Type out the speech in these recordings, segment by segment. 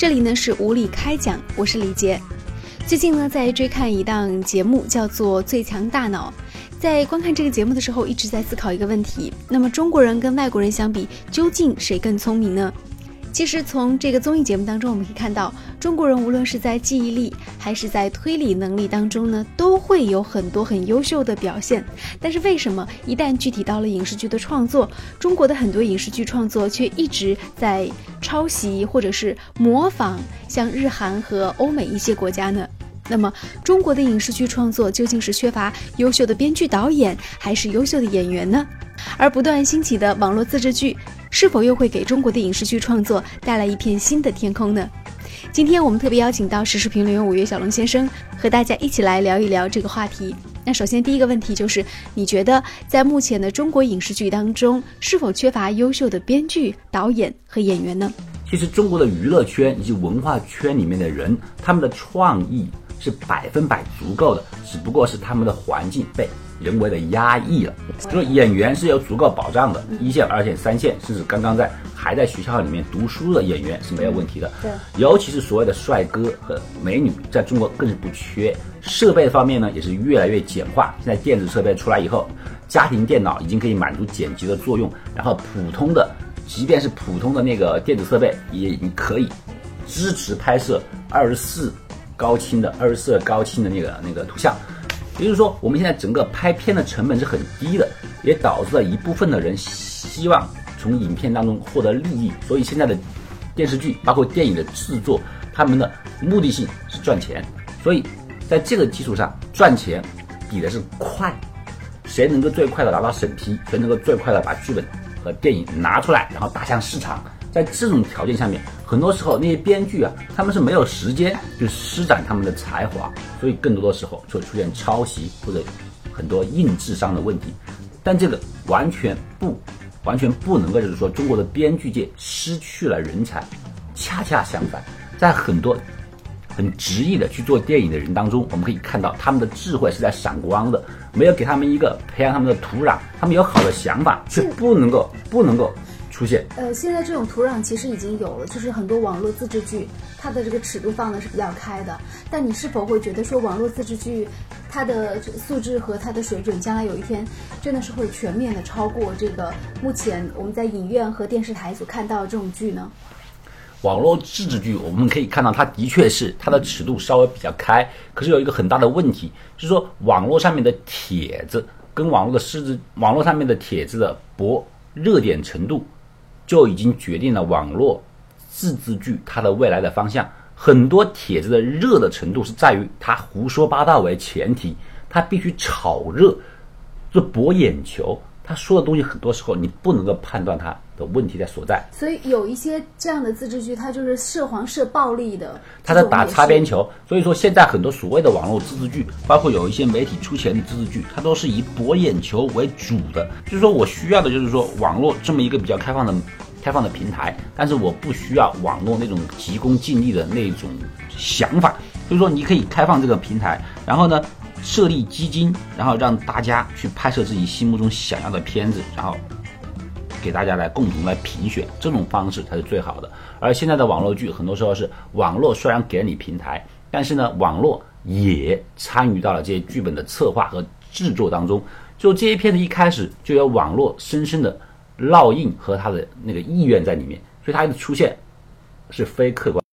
这里呢是无理开讲，我是李杰。最近呢在追看一档节目叫做《最强大脑》，在观看这个节目的时候一直在思考一个问题，那么中国人跟外国人相比，究竟谁更聪明呢？其实从这个综艺节目当中我们可以看到，中国人无论是在记忆力还是在推理能力当中呢，都会有很多很优秀的表现。但是为什么一旦具体到了影视剧的创作，中国的很多影视剧创作却一直在抄袭或者是模仿像日韩和欧美一些国家呢？那么中国的影视剧创作究竟是缺乏优秀的编剧导演，还是优秀的演员呢？而不断兴起的网络自制剧是否又会给中国的影视剧创作带来一片新的天空呢？今天我们特别邀请到时事评论员5月小龙先生，和大家一起来聊一聊这个话题。那首先第一个问题就是，你觉得在目前的中国影视剧当中，是否缺乏优秀的编剧、导演和演员呢？ 其实中国的娱乐圈以及文化圈里面的人，他们的创意是100%足够的，只不过是他们的环境被人为的压抑了。就是演员是有足够保障的，1线、2线、3线，甚至刚刚还在学校里面读书的演员是没有问题的。 对， 尤其是所谓的帅哥和美女，在中国更是不缺。设备方面呢，也是越来越简化。现在电子设备出来以后，家庭电脑已经可以满足剪辑的作用，然后即便是普通的那个电子设备，也可以支持拍摄24高清的那个图像。也就是说，我们现在整个拍片的成本是很低的，也导致了一部分的人希望从影片当中获得利益。所以现在的电视剧包括电影的制作，他们的目的性是赚钱。所以在这个基础上，赚钱比的是快，谁能够最快的拿到审批，谁能够最快的把剧本和电影拿出来，然后打向市场。在这种条件下面，很多时候那些编剧他们是没有时间去施展他们的才华，所以更多的时候就会出现抄袭或者很多硬智商的问题。但这个完全不能够就是说中国的编剧界失去了人才，恰恰相反，在很多很执意的去做电影的人当中，我们可以看到他们的智慧是在闪光的，没有给他们一个培养他们的土壤，他们有好的想法，却不能够出现。 现在这种土壤其实已经有了，就是很多网络自制剧，它的这个尺度放的是比较开的。但你是否会觉得说，网络自制剧它的素质和它的水准，将来有一天真的是会全面的超过这个目前我们在影院和电视台所看到的这种剧呢？ 网络自制剧我们可以看到，它的确是它的尺度稍微比较开，可是有一个很大的问题，就是说网络上面的帖子跟网络上面的帖子的博热点程度，就已经决定了网络自制剧它的未来的方向。很多帖子的热的程度是在于它胡说八道为前提，它必须炒热，就博眼球。他说的东西很多时候你不能够判断他的问题在所在，所以有一些这样的自制剧，它就是涉黄涉暴力的， 他在打擦边球。所以说现在很多所谓的网络自制剧，包括有一些媒体出钱的自制剧，它都是以博眼球为主的。就是说我需要的就是说网络这么一个比较开放的平台，但是我不需要网络那种急功近利的那种想法。就是说你可以开放这个平台，然后呢设立基金，然后让大家去拍摄自己心目中想要的片子，然后给大家来共同来评选，这种方式才是最好的。而现在的网络剧很多时候是网络虽然给了你平台，但是呢网络也参与到了这些剧本的策划和制作当中，就这些片子一开始就有网络深深的烙印和他的那个意愿在里面，所以它的出现是非客观。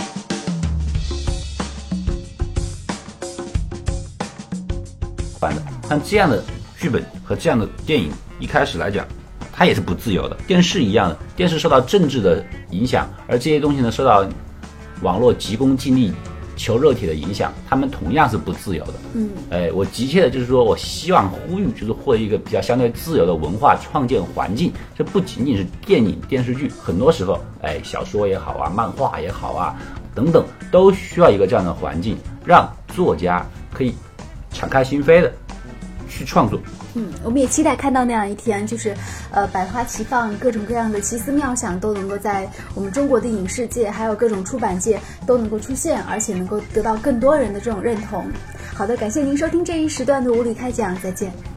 像这样的剧本和这样的电影一开始来讲，它也是不自由的。电视一样的，电视受到政治的影响，而这些东西呢受到网络急功近利求热帖的影响，他们同样是不自由的。我急切的就是说我希望呼吁，就是获得一个比较相对自由的文化创建环境。这不仅仅是电影电视剧，很多时候小说也好啊，漫画也好啊等等，都需要一个这样的环境，让作家可以敞开心扉的去创作。 我们也期待看到那样一天，就是百花齐放，各种各样的奇思妙想都能够在我们中国的影视界还有各种出版界都能够出现，而且能够得到更多人的这种认同。好的，感谢您收听这一时段的无理开讲，再见。